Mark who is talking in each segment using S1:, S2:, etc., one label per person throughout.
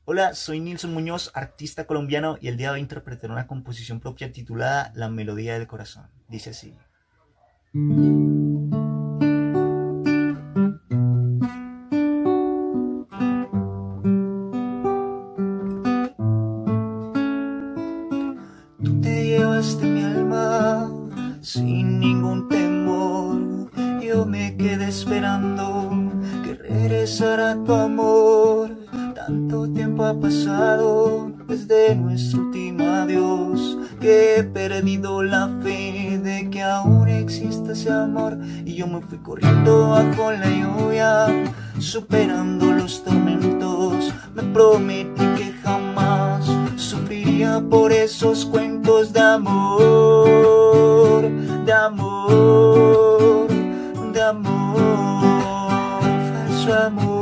S1: Hola, soy Nilson Muñoz, artista colombiano, y el día de hoy interpretaré una composición propia titulada La Melodía del Corazón. Dice así. Tú te llevaste mi alma sin ningún temor. Yo me quedé esperando que regresara tu amor. Tanto tiempo ha pasado desde nuestro último adiós, que he perdido la fe de que aún existe ese amor. Y yo me fui corriendo bajo la lluvia, superando los tormentos. Me prometí que jamás sufriría por esos cuentos de amor, de amor, de amor, falso amor.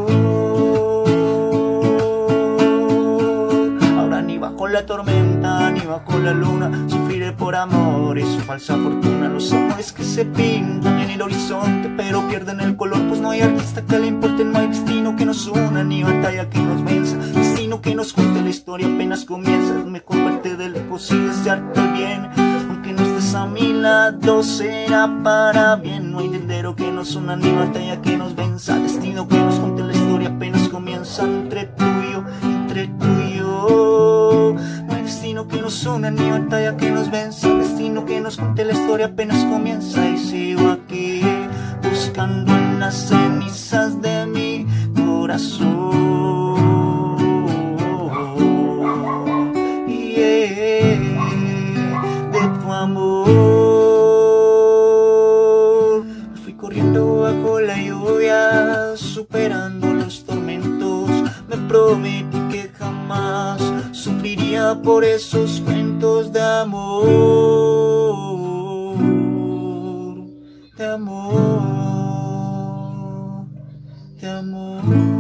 S1: Ahora ni bajo la tormenta, ni bajo la luna, sufriré por amor y su falsa fortuna. Los amores que se pintan en el horizonte pero pierden el color, pues no hay artista que le importe, no hay destino que nos una, ni batalla que nos venza, destino que nos junte, la historia apenas comienza. Es mejor verte de lejos y desearte el bien, aunque no estés a mi lado será para bien. No hay sendero que nos una, ni batalla que nos venza, destino que nos junte, la historia apenas comienza. Entre tú y yo, entre tú y yo, no hay destino que nos una, ni batalla que nos venza, destino que nos junte, la historia apenas comienza. Y sigo aquí buscando en las cenizas de mi corazón, de tu amor. Me fui corriendo bajo la lluvia, superando los tormentos. Me prometí que jamás sufriría por esos cuentos de amor, de amor, de amor.